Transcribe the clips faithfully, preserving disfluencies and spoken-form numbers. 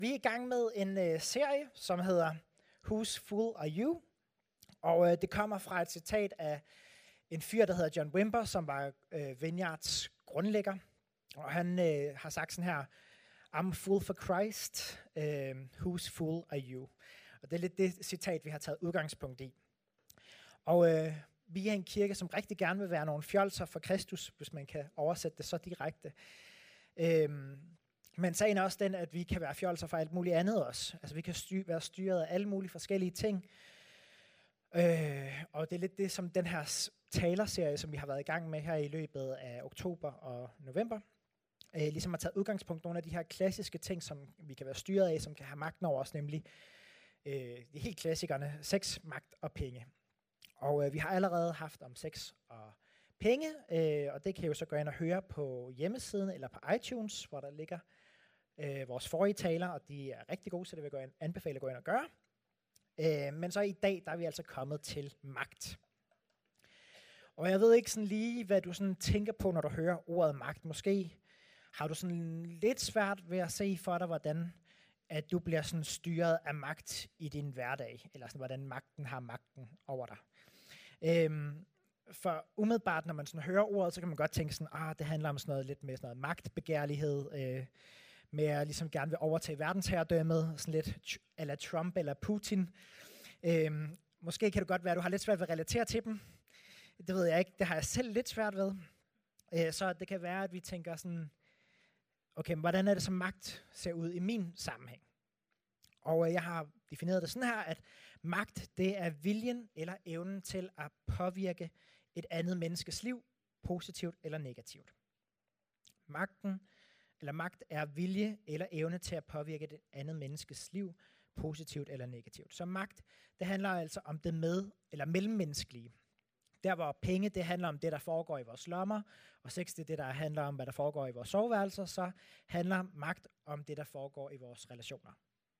Vi er i gang med en øh, serie, som hedder Whose Fool Are You? Og øh, det kommer fra et citat af en fyr, der hedder John Wimber, som var øh, Vineyards grundlægger. Og han øh, har sagt sådan her: I'm fool for Christ, øh, whose fool are you? Og det er lidt det citat, vi har taget udgangspunkt i. Og øh, vi er en kirke, som rigtig gerne vil være nogle fjolser for Kristus, hvis man kan oversætte det så direkte. Øhm, men sagen er også den, at vi kan være fjolser for alt muligt andet også. Altså vi kan styr, være styret af alle mulige forskellige ting. Øh, og det er lidt det, som den her talerserie, som vi har været i gang med her i løbet af oktober og november, øh, ligesom har taget udgangspunkt i nogle af de her klassiske ting, som vi kan være styret af, som kan have magten over os, nemlig øh, de helt klassikerne: sex, magt og penge. Og øh, vi har allerede haft om sex og penge, øh, og det kan I jo så gå ind og høre på hjemmesiden eller på iTunes, hvor der ligger øh, vores forrige taler, og de er rigtig gode, så det vil jeg anbefale at gå ind og gøre. Øh, men så i dag, der er vi altså kommet til magt. Og jeg ved ikke sådan lige, hvad du sådan tænker på, når du hører ordet magt. Måske har du sådan lidt svært ved at se for dig, hvordan at du bliver sådan styret af magt i din hverdag, eller sådan, hvordan magten har magten over dig. Øhm, for umiddelbart, når man sådan hører ordet, så kan man godt tænke sådan, ah, det handler om sådan noget lidt med sådan noget magtbegærlighed, øh, med at ligesom gerne vil overtage verdensherredømmet, sådan lidt a la Trump eller Putin. Øhm, måske kan det godt være, at du har lidt svært ved at relatere til dem. Det ved jeg ikke, det har jeg selv lidt svært ved. Øh, så det kan være, at vi tænker sådan, okay, hvordan er det, som magt ser ud i min sammenhæng? Og øh, jeg har defineret det sådan her, at magt, det er viljen eller evnen til at påvirke et andet menneskes liv, positivt eller negativt. Magten, eller magt er vilje eller evne til at påvirke et andet menneskes liv, positivt eller negativt. Så magt, det handler altså om det med- eller mellemmenneskelige. Der hvor penge, det handler om det, der foregår i vores lommer, og sex, det er det, der handler om, hvad der foregår i vores soveværelser, så handler magt om det, der foregår i vores relationer.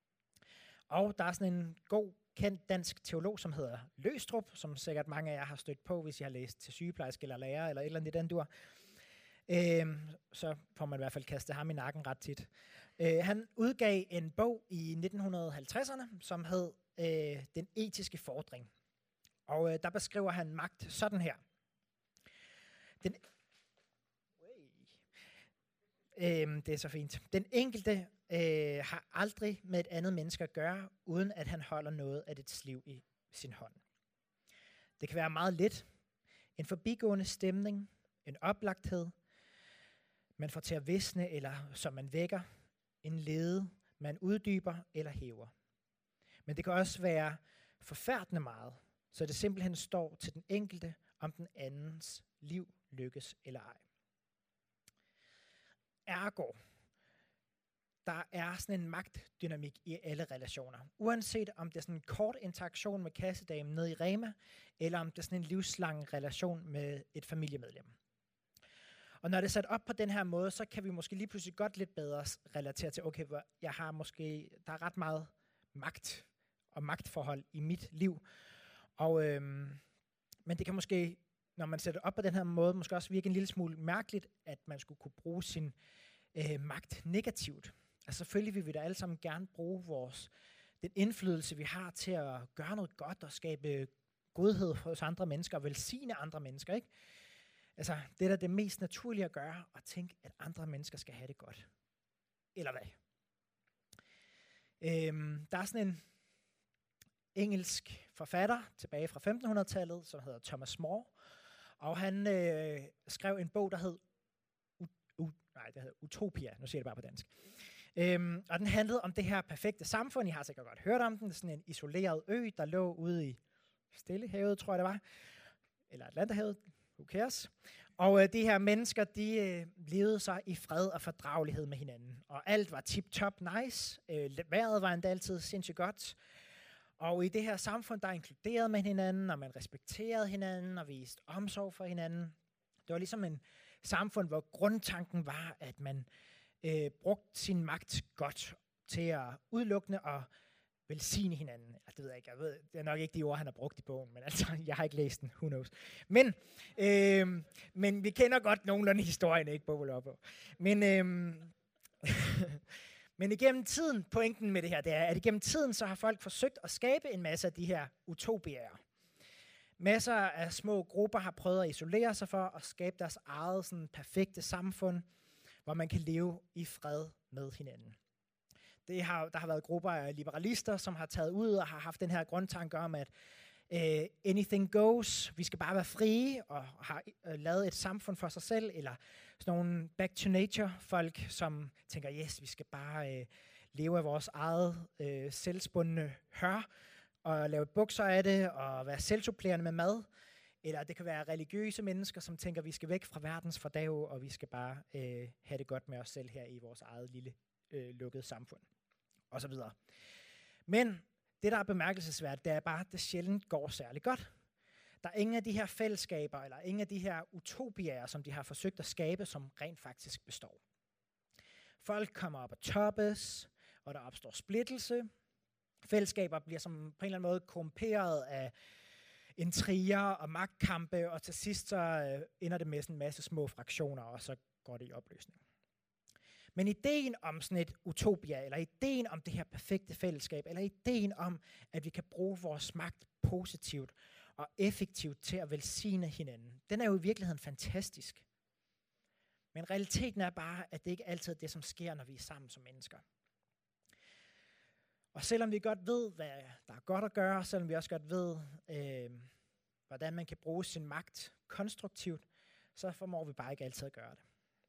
Og der er sådan en god, kendt dansk teolog, som hedder Løgstrup, som sikkert mange af jer har stødt på, hvis I har læst til sygeplejerske eller lærer, eller et eller andet i den dur. Øhm, så får man i hvert fald kastet ham i nakken ret tit. Øh, han udgav en bog i nitten halvtredserne, som hed øh, Den etiske fordring. Og øh, der beskriver han magt sådan her. Den, øh, det er så fint. Den enkelte øh, har aldrig med et andet menneske at gøre, uden at han holder noget af dets liv i sin hånd. Det kan være meget let. En forbigående stemning, en oplagthed, man får til at visne, eller som man vækker, en lede, man uddyber eller hæver. Men det kan også være forfærdende meget, så det simpelthen står til den enkelte, om den andens liv lykkes eller ej. Ergo, der er sådan en magtdynamik i alle relationer. Uanset om det er sådan en kort interaktion med kassedamen nede i Rema, eller om det er sådan en livslang relation med et familiemedlem. Og når det er sat op på den her måde, så kan vi måske lige pludselig godt lidt bedre relatere til, okay, jeg har måske, der er ret meget magt og magtforhold i mit liv. Og, øhm, men det kan måske, når man sætter op på den her måde, måske også virke en lille smule mærkeligt, at man skulle kunne bruge sin øh, magt negativt. Altså selvfølgelig vil vi da alle sammen gerne bruge vores, den indflydelse, vi har til at gøre noget godt og skabe godhed hos andre mennesker og velsigne andre mennesker, ikke? Altså, det er da det mest naturlige at gøre, at tænke, at andre mennesker skal have det godt. Eller hvad? Øhm, der er sådan en engelsk forfatter tilbage fra femtenhundredetallet, som hedder Thomas More, og han øh, skrev en bog, der hed U- U- nej, det hedder Utopia, nu siger jeg det bare på dansk. Øhm, og den handlede om det her perfekte samfund. I har sikkert godt hørt om den. Det er sådan en isoleret ø, der lå ude i Stillehavet, tror jeg det var, eller Atlanterhavet. Who cares? Og øh, de her mennesker, de øh, levede sig i fred og fordragelighed med hinanden. Og alt var tip-top nice. Øh, vejret var endda altid sindssygt godt. Og i det her samfund, der inkluderede man hinanden, og man respekterede hinanden, og viste omsorg for hinanden. Det var ligesom en samfund, hvor grundtanken var, at man øh, brugte sin magt godt til at udelukkende og velsigne hinanden. Altså, det ved jeg ikke. Jeg ved, det er nok ikke de ord, han har brugt i bogen, men altså, jeg har ikke læst den. Who knows? Men, øh, men vi kender godt nogenlunde historien, ikke? Bog op. Men, øh, Men igennem tiden, pointen med det her, det er, at igennem tiden, så har folk forsøgt at skabe en masse af de her utopier. Masser af små grupper har prøvet at isolere sig for at skabe deres eget sådan, perfekte samfund, hvor man kan leve i fred med hinanden. Det har, der har været grupper af liberalister, som har taget ud og har haft den her grundtanke om, at uh, anything goes, vi skal bare være frie, og har uh, lavet et samfund for sig selv, eller sådan nogle back to nature folk, som tænker, yes, vi skal bare uh, leve af vores eget uh, selvspundne hør, og lave bukser af det, og være selvsupplerende med mad. Eller det kan være religiøse mennesker, som tænker, at vi skal væk fra verdens fordag, og vi skal bare øh, have det godt med os selv her i vores eget lille øh, lukkede samfund. Og så videre. Men det, der er bemærkelsesværdigt, det er bare, at det sjældent går særlig godt. Der er ingen af de her fællesskaber, eller ingen af de her utopier, som de har forsøgt at skabe, som rent faktisk består. Folk kommer op og toppes, og der opstår splittelse. Fællesskaber bliver som på en eller anden måde korrumperet af intriger og magtkampe, og til sidst så øh, ender det med sådan en masse små fraktioner, og så går det i opløsning. Men ideen om sådan et utopia, eller ideen om det her perfekte fællesskab, eller ideen om, at vi kan bruge vores magt positivt og effektivt til at velsigne hinanden, den er jo i virkeligheden fantastisk. Men realiteten er bare, at det ikke altid er det, som sker, når vi er sammen som mennesker. Og selvom vi godt ved, hvad der er godt at gøre, selvom vi også godt ved, øh, hvordan man kan bruge sin magt konstruktivt, så formår vi bare ikke altid at gøre det.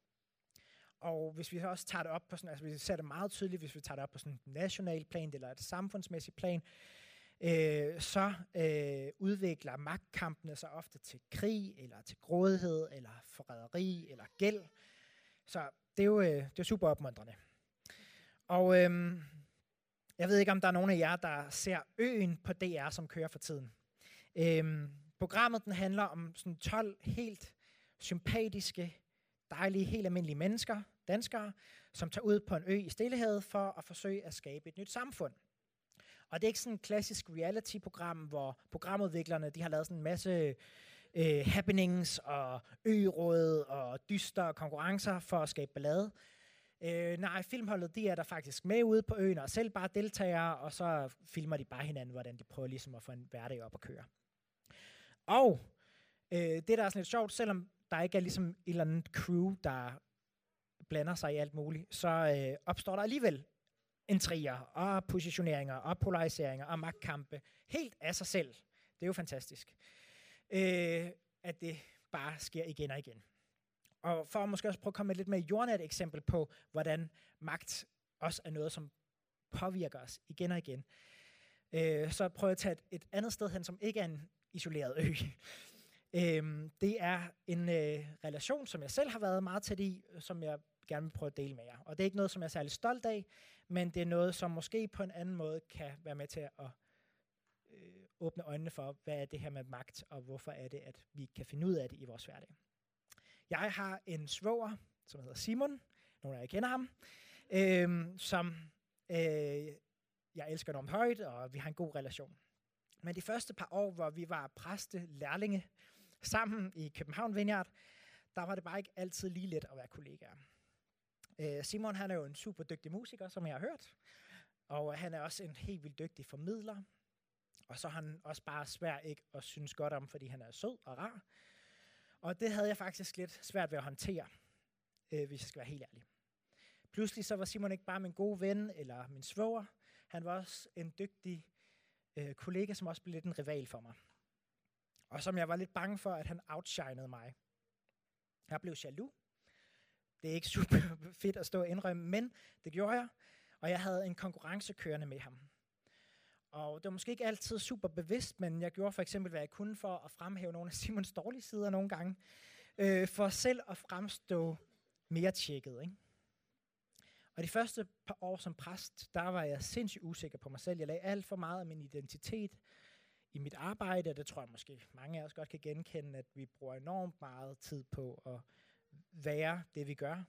Og hvis vi også tager det op på sådan, altså vi ser det meget tydeligt, hvis vi tager det op på sådan et national plan eller et samfundsmæssigt plan, øh, så øh, udvikler magtkampene sig ofte til krig, eller til grådighed, eller forræderi, eller gæld. Så det er jo, øh, det er super opmuntrende. Og øh, jeg ved ikke, om der er nogen af jer, der ser Øen på D R, som kører for tiden. Øh, programmet den handler om sådan tolv helt sympatiske, dejlige, helt almindelige mennesker, danskere, som tager ud på en ø i Stillehavet for at forsøge at skabe et nyt samfund. Og det er ikke sådan et klassisk reality-program, hvor programudviklerne de har lavet sådan en masse øh, happenings og ø-råd og dyster konkurrencer for at skabe ballade. Øh, nej, filmholdet de er der faktisk med ude på øen og selv bare deltagere, og så filmer de bare hinanden, hvordan de prøver ligesom at få en hverdag op at køre. Og øh, det der er sådan lidt sjovt, selvom der ikke er ligesom et eller andet crew, der blander sig i alt muligt, så øh, opstår der alligevel intriger og positioneringer og polariseringer og magtkampe helt af sig selv. Det er jo fantastisk, øh, at det bare sker igen og igen. Og for at måske også prøve at komme med et lidt mere jordnært eksempel på, hvordan magt også er noget, som påvirker os igen og igen, øh, så prøver jeg at tage et, et andet sted hen, som ikke er en isoleret ø. Øhm, det er en øh, relation, som jeg selv har været meget tæt i, som jeg gerne vil prøve at dele med jer. Og det er ikke noget, som jeg er særlig stolt af, men det er noget, som måske på en anden måde kan være med til at øh, åbne øjnene for, hvad er det her med magt, og hvorfor er det, at vi kan finde ud af det i vores hverdag. Jeg har en svoger, som hedder Simon, nogle af jer kender ham, øh, som øh, jeg elsker enormt højt, og vi har en god relation. Men de første par år, hvor vi var præste lærlinge sammen i København Vineyard, der var det bare ikke altid lige let at være kollegaer. Øh, Simon han er jo en super dygtig musiker, som jeg har hørt, og han er også en helt vildt dygtig formidler. Og så er han også bare svær ikke at synes godt om, fordi han er sød og rar. Og det havde jeg faktisk lidt svært ved at håndtere, øh, hvis jeg skal være helt ærlig. Pludselig så var Simon ikke bare min gode ven eller min svoger. Han var også en dygtig øh, kollega, som også blev lidt en rival for mig. Og som jeg var lidt bange for, at han outshinede mig. Jeg blev jaloux. Det er ikke super fedt at stå og indrømme, men det gjorde jeg. Og jeg havde en konkurrence kørende med ham. Og det var måske ikke altid super bevidst, men jeg gjorde for eksempel, hvad jeg kunne for at fremhæve nogle af Simons dårlige sider nogle gange. Øh, for selv at fremstå mere tjekket, ikke? Og de første par år som præst, der var jeg sindssygt usikker på mig selv. Jeg lagde alt for meget af min identitet i mit arbejde, og det tror jeg måske mange af os godt kan genkende, at vi bruger enormt meget tid på at være det, vi gør.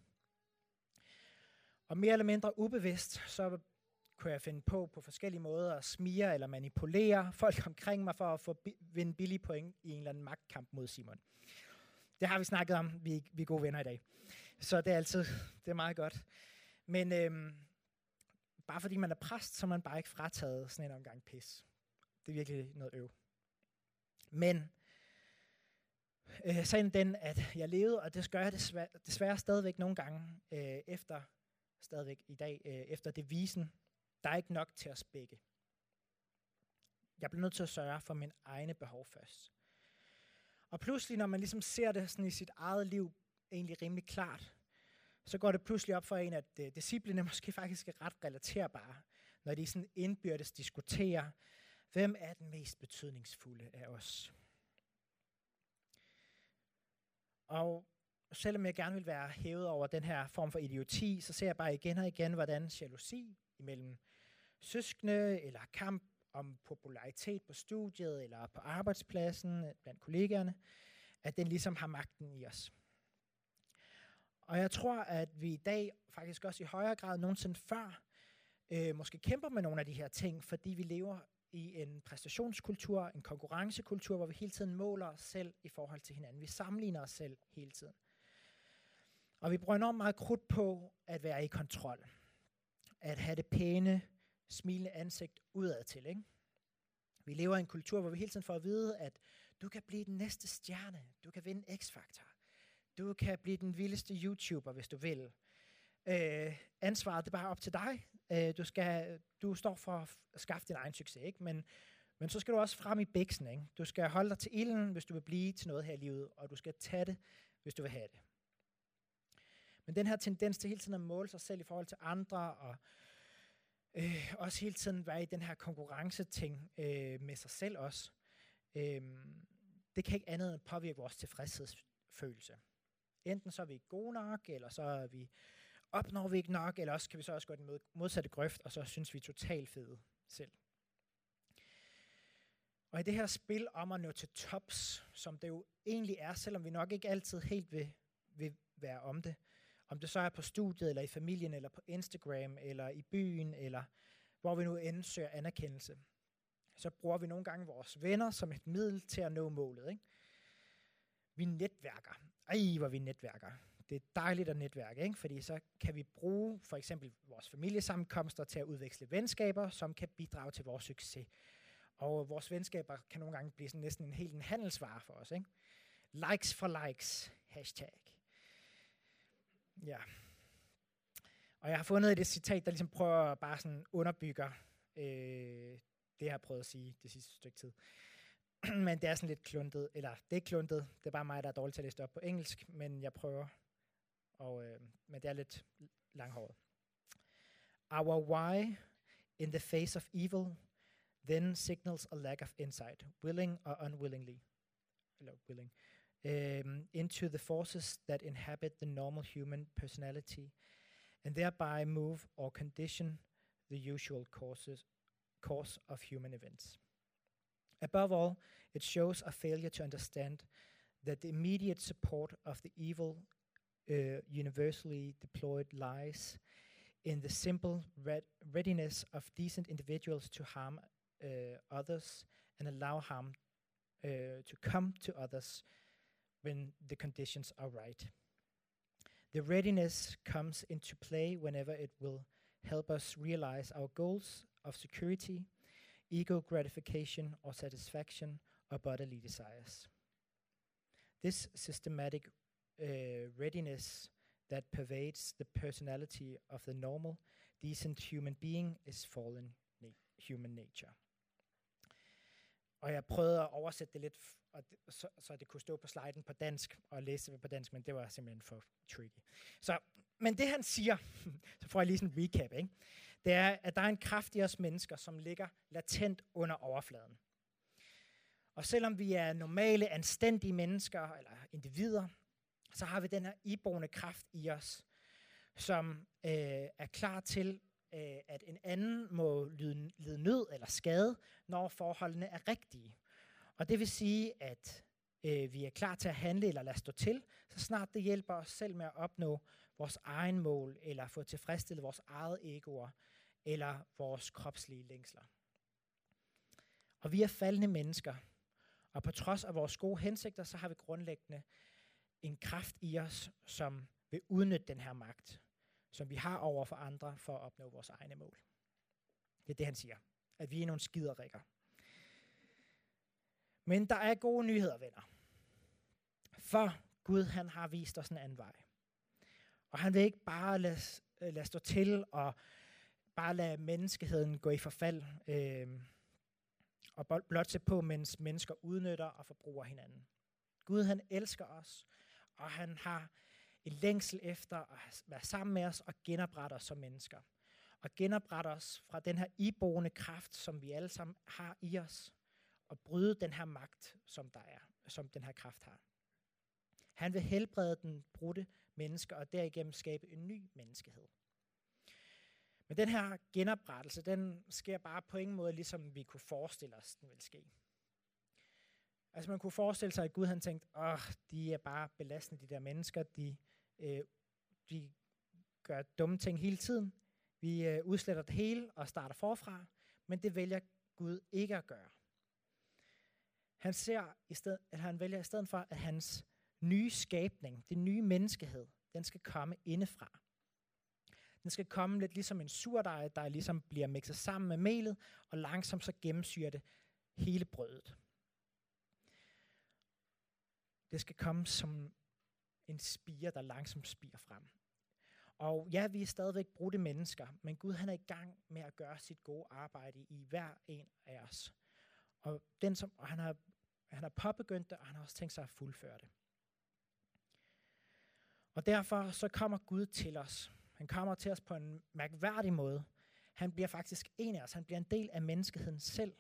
Og mere eller mindre ubevidst, så kunne jeg finde på på forskellige måder at smire eller manipulere folk omkring mig for at få bi- vinde billige point i en eller anden magtkamp mod Simon. Det har vi snakket om, vi, vi er gode venner i dag. Så det er altid det er meget godt. Men øhm, bare fordi man er præst, så er man bare ikke frataget sådan en omgang pis. Det er virkelig noget øv. Men øh, sagen den, at jeg levede, og det gør jeg desværre, desværre stadigvæk nogle gange, øh, efter stadigvæk i dag, øh, efter devisen, der er ikke nok til os begge. Jeg bliver nødt til at sørge for mine egne behov først. Og pludselig, når man ligesom ser det sådan i sit eget liv, egentlig rimelig klart, så går det pludselig op for en, at uh, disciplene måske faktisk er ret relaterbare, når de sådan indbyrdes diskuterer, hvem er den mest betydningsfulde af os. Og selvom jeg gerne vil være hævet over den her form for idioti, så ser jeg bare igen og igen, hvordan jalousi imellem søskende, eller kamp om popularitet på studiet, eller på arbejdspladsen, blandt kollegaerne, at den ligesom har magten i os. Og jeg tror, at vi i dag faktisk også i højere grad nogensinde før, øh, måske kæmper med nogle af de her ting, fordi vi lever i en præstationskultur, en konkurrencekultur, hvor vi hele tiden måler os selv i forhold til hinanden. Vi sammenligner os selv hele tiden. Og vi bruger enormt meget krudt på at være i kontrol. At have det pæne, smilende ansigt udad til, ikke? Vi lever i en kultur, hvor vi hele tiden får at vide, at du kan blive den næste stjerne. Du kan vinde X-Factor. Du kan blive den vildeste YouTuber, hvis du vil. Øh, ansvaret det er bare op til dig. Øh, du, skal, du står for at skaffe din egen succes, ikke? Men, men så skal du også frem i biksen, ikke? Du skal holde dig til ilden, hvis du vil blive til noget her i livet, og du skal tage det, hvis du vil have det. Men den her tendens til hele tiden at måle sig selv i forhold til andre, og øh, også hele tiden være i den her konkurrenceting øh, med sig selv også, øh, det kan ikke andet end påvirke vores tilfredshedsfølelse. Enten så er vi gode nok, eller så er vi, opnår vi ikke nok, eller også kan vi så også gå den modsatte grøft, og så synes vi totalt fede selv. Og i det her spil om at nå til tops, som det jo egentlig er, selvom vi nok ikke altid helt vil, vil være om det, om det så er på studiet, eller i familien, eller på Instagram, eller i byen, eller hvor vi nu end søger anerkendelse, så bruger vi nogle gange vores venner som et middel til at nå målet, ikke? Vi netværker. Ej, hvor vi netværker. Det er dejligt at netværke, ikke? Fordi så kan vi bruge for eksempel vores familiesammenkomster til at udveksle venskaber, som kan bidrage til vores succes. Og vores venskaber kan nogle gange blive sådan næsten en helt en handelsvare for os, ikke? Likes for likes, hashtag. Ja. Og jeg har fundet et citat, der ligesom prøver bare sådan underbygger øh, det, jeg har prøvet at sige det sidste stykke tid. Men det er sådan lidt kluntet, eller det er kluntet, det er bare mig, der er dårlig til at læse det op på engelsk, men jeg prøver, og, øh, men det er lidt langhåret. Our why in the face of evil then signals a lack of insight, willing or unwillingly, eller willing, um, into the forces that inhabit the normal human personality, and thereby move or condition the usual courses, course of human events. Above all, it shows a failure to understand that the immediate support of the evil uh, universally deployed lies in the simple red- readiness of decent individuals to harm uh, others and allow harm uh, to come to others when the conditions are right. The readiness comes into play whenever it will help us realize our goals of security, ego gratification or satisfaction, or bodily desires. This systematic uh, readiness that pervades the personality of the normal, decent human being is fallen na- human nature. Og jeg prøvede at oversætte det lidt, f- og det, så, så det kunne stå på sliden på dansk, og læse det på dansk, men det var simpelthen for tricky. Så, men det han siger, så får jeg lige sådan en recap, ikke? Det er, at der er en kraft i os mennesker, som ligger latent under overfladen. Og selvom vi er normale, anstændige mennesker eller individer, så har vi den her iboende kraft i os, som øh, er klar til, øh, at en anden må lide, lide nød eller skade, når forholdene er rigtige. Og det vil sige, at øh, vi er klar til at handle eller lade stå til, så snart det hjælper os selv med at opnå vores egen mål, eller få tilfredsstillet vores eget egoer, eller vores kropslige længsler. Og vi er faldne mennesker, og på trods af vores gode hensigter, så har vi grundlæggende en kraft i os, som vil udnytte den her magt, som vi har over for andre for at opnå vores egne mål. Det er det, han siger. At vi er nogle skiderikker. Men der er gode nyheder, venner. For Gud, han har vist os en anden vej. Og han vil ikke bare lade, lade stå til og bare lade menneskeheden gå i forfald øh, og blot se på, mens mennesker udnytter og forbruger hinanden. Gud, han elsker os, og han har en længsel efter at være sammen med os og genoprette os som mennesker. Og genoprette os fra den her iboende kraft, som vi alle sammen har i os, og bryde den her magt, som der er, som den her kraft har. Han vil helbrede den brudte mennesker, og derigennem skabe en ny menneskehed. Men den her genoprettelse, den sker bare på ingen måde, ligesom vi kunne forestille os, den vil ske. Altså man kunne forestille sig, at Gud han tænkte, åh, de er bare belastende, de der mennesker, de, øh, de gør dumme ting hele tiden. Vi øh, udsletter det hele og starter forfra, men det vælger Gud ikke at gøre. Han, ser i sted, at han vælger i stedet for, at hans nye skabning, den nye menneskehed, den skal komme indefra. Den skal komme lidt ligesom en surdej, der ligesom bliver mixet sammen med melet, og langsomt så gennemsyrer det hele brødet. Det skal komme som en spire, der langsomt spirer frem. Og ja, vi er stadigvæk brudte mennesker, men Gud han er i gang med at gøre sit gode arbejde i hver en af os. Og, den, som, og han, har, han har påbegyndt det, og han har også tænkt sig at fuldføre det. Og derfor så kommer Gud til os. Han kommer til os på en mærkværdig måde. Han bliver faktisk en af os. Han bliver en del af menneskeheden selv.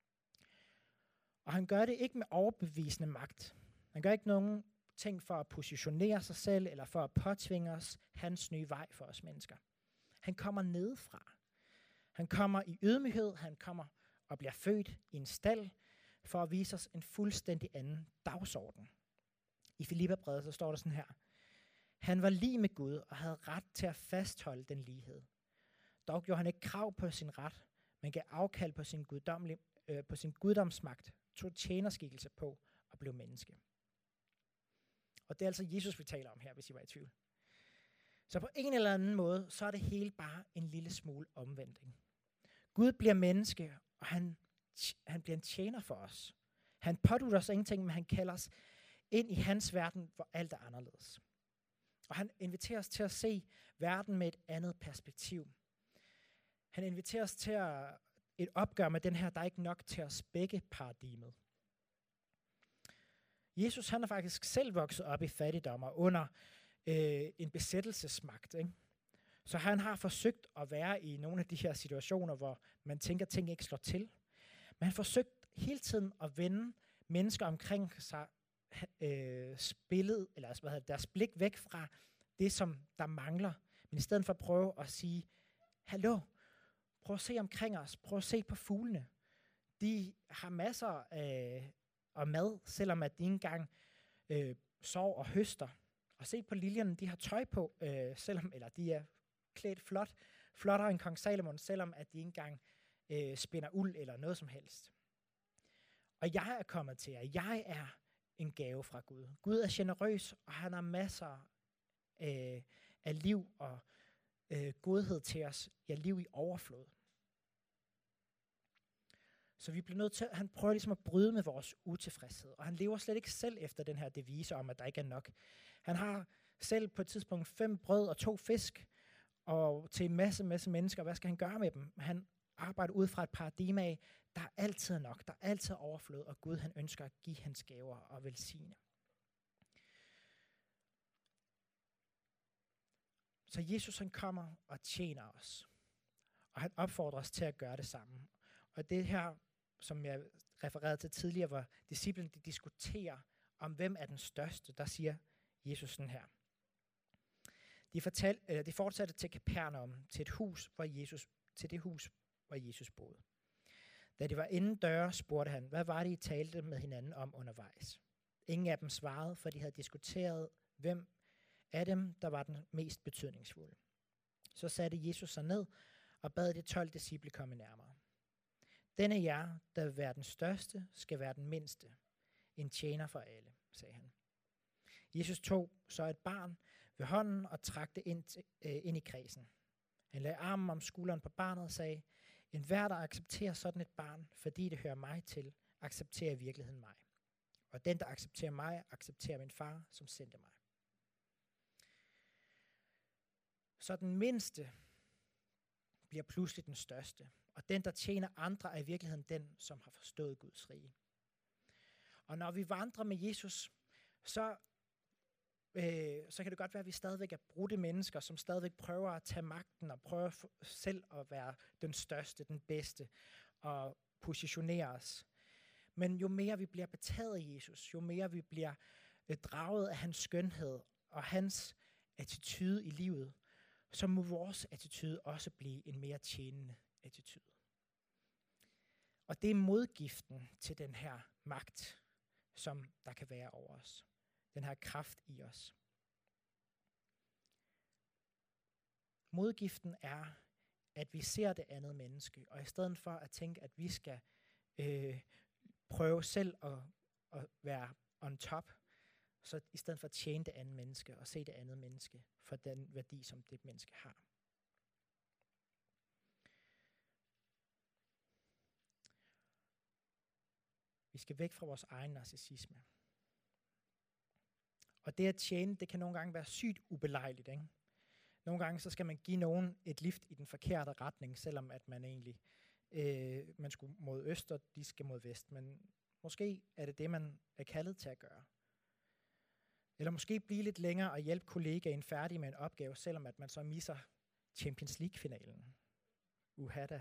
Og han gør det ikke med overbevisende magt. Han gør ikke nogen ting for at positionere sig selv, eller for at påtvinge os hans nye vej for os mennesker. Han kommer nedefra. Han kommer i ydmyghed. Han kommer og bliver født i en stald, for at vise os en fuldstændig anden dagsorden. I Filipperbrevet så står der sådan her. Han var lig med Gud og havde ret til at fastholde den lighed. Dog gjorde han ikke krav på sin ret, men gav afkald på sin, øh, på sin guddomsmagt, tog tjenerskikkelse på og blev menneske. Og det er altså Jesus, vi taler om her, hvis I var i tvivl. Så på en eller anden måde, så er det hele bare en lille smule omvending. Gud bliver menneske, og han, han bliver en tjener for os. Han pådutter os ingenting, men han kalder os ind i hans verden, hvor alt er anderledes. Og han inviterer os til at se verden med et andet perspektiv. Han inviterer os til at et opgør med den her, der er ikke nok til at spække paradigmet. Jesus han er faktisk selv vokset op i fattigdom og under øh, en besættelsesmagt. Ikke? Så han har forsøgt at være i nogle af de her situationer, hvor man tænker, at ting ikke slår til. Men han har forsøgt hele tiden at vende mennesker omkring sig øh, spillet, eller hvad hedder det, deres blik væk fra det, som der mangler. Men i stedet for at prøve at sige, hallo, prøv at se omkring os, prøv at se på fuglene. De har masser af, af mad, selvom at de ikke engang øh, sover og høster. Og se på liljerne, de har tøj på, øh, selvom, eller de er klædt flot, flottere end kong Salomon, selvom at de ikke engang øh, spinder uld eller noget som helst. Og jeg er kommet til jer. Jeg er en gave fra Gud. Gud er generøs, og han har masser øh, af liv og øh, godhed til os. Ja, liv i overflod. Så vi bliver nødt til, han prøver ligesom at bryde med vores utilfredshed, og han lever slet ikke selv efter den her devise om, at der ikke er nok. Han har selv på et tidspunkt fem brød og to fisk, og til en masse, masse mennesker, hvad skal han gøre med dem? Han arbejder ud fra et paradigme af, der er altid nok, der er altid overflod, og Gud han ønsker at give hans gaver og velsigne. Så Jesus han kommer og tjener os, og han opfordrer os til at gøre det samme. Og det her, som jeg refererede til tidligere, hvor disciplene de diskuterer om, hvem er den største, der siger Jesus sådan her. De, fortal, eller de fortsatte til Kapernaum, til et hus, hvor Jesus, til det hus, hvor Jesus boede. Da de var inden døre, spurgte han, hvad var det, I talte med hinanden om undervejs? Ingen af dem svarede, for de havde diskuteret, hvem af dem, der var den mest betydningsfulde. Så satte Jesus sig ned og bad de tolv disciple komme nærmere. Den af jer, der vil være den største, skal være den mindste. En tjener for alle, sagde han. Jesus tog så et barn ved hånden og trak det ind, til, øh, ind i kredsen. Han lagde armen om skulderen på barnet og sagde, En hver, der accepterer sådan et barn, fordi det hører mig til, accepterer i virkeligheden mig. Og den, der accepterer mig, accepterer min far, som sendte mig. Så den mindste bliver pludselig den største. Og den, der tjener andre, er i virkeligheden den, som har forstået Guds rige. Og når vi vandrer med Jesus, så, øh, så kan det godt være, at vi stadigvæk er brudte mennesker, som stadigvæk prøver at tage magten og prøver for, selv at være den største, den bedste og positionere os. Men jo mere vi bliver betaget af Jesus, jo mere vi bliver øh, draget af hans skønhed og hans attitude i livet, så må vores attitude også blive en mere tjenende attitude. Og det er modgiften til den her magt, som der kan være over os. Den her kraft i os. Modgiften er, at vi ser det andet menneske, og i stedet for at tænke, at vi skal øh, prøve selv at, at være on top, så i stedet for at tjene det andet menneske og se det andet menneske for den værdi, som det menneske har. Vi skal væk fra vores egen narcissisme. Og det at tjene, det kan nogle gange være sygt ubelejligt, ikke? Nogle gange så skal man give nogen et lift i den forkerte retning, selvom at man egentlig øh, man skulle mod øst, og de skal mod vest. Men måske er det det, man er kaldet til at gøre. Eller måske blive lidt længere og hjælpe kollegaen færdig med en opgave, selvom at man så misser Champions League-finalen. Uha da.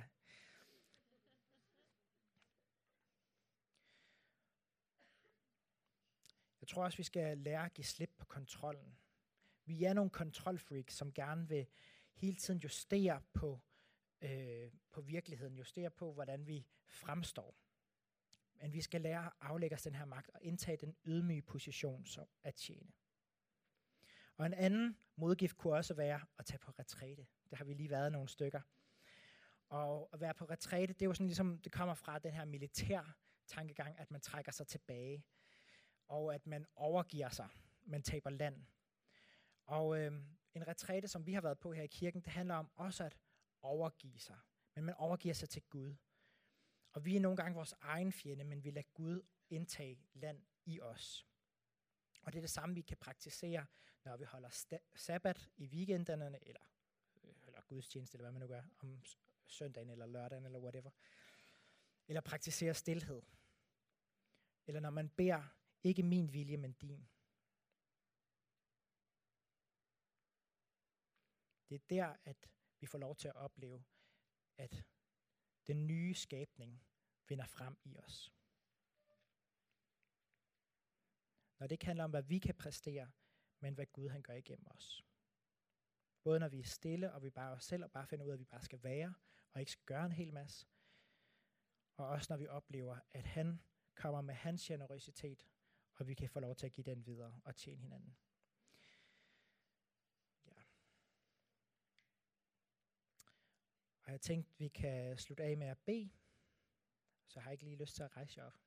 Jeg tror også, vi skal lære at give slip på kontrollen. Vi er nogle kontrolfreaks, som gerne vil hele tiden justere på, øh, på virkeligheden, justere på, hvordan vi fremstår. Men vi skal lære at aflægge os den her magt og indtage den ydmyge position som at tjene. Og en anden modgift kunne også være at tage på retræte. Det har vi lige været nogle stykker. Og at være på retræte, det er jo sådan ligesom, det kommer fra den her militær tankegang, at man trækker sig tilbage. Og at man overgiver sig, man taber land. Og øh, en retræte, som vi har været på her i kirken, det handler om også at overgive sig. Men man overgiver sig til Gud. Og vi er nogle gange vores egen fjende, men vi lader Gud indtage land i os. Og det er det samme, vi kan praktisere, når vi holder sta- sabbat i weekenderne, eller holder gudstjeneste, eller hvad man nu gør, om søndagen eller lørdagen, eller whatever. Eller praktisere stilhed. Eller når man beder, ikke min vilje, men din. Det er der, at vi får lov til at opleve, at den nye skabning vinder frem i os. Når det ikke handler om, hvad vi kan præstere, men hvad Gud han gør igennem os. Både når vi er stille, og vi bare er os selv, og bare finder ud af, at vi bare skal være, og ikke skal gøre en hel masse. Og også når vi oplever, at han kommer med hans generøsitet, og vi kan få lov til at give den videre og tjene hinanden. Ja. Og jeg tænkte, vi kan slutte af med at bede. Så har jeg ikke lige lyst til at rejse jer op.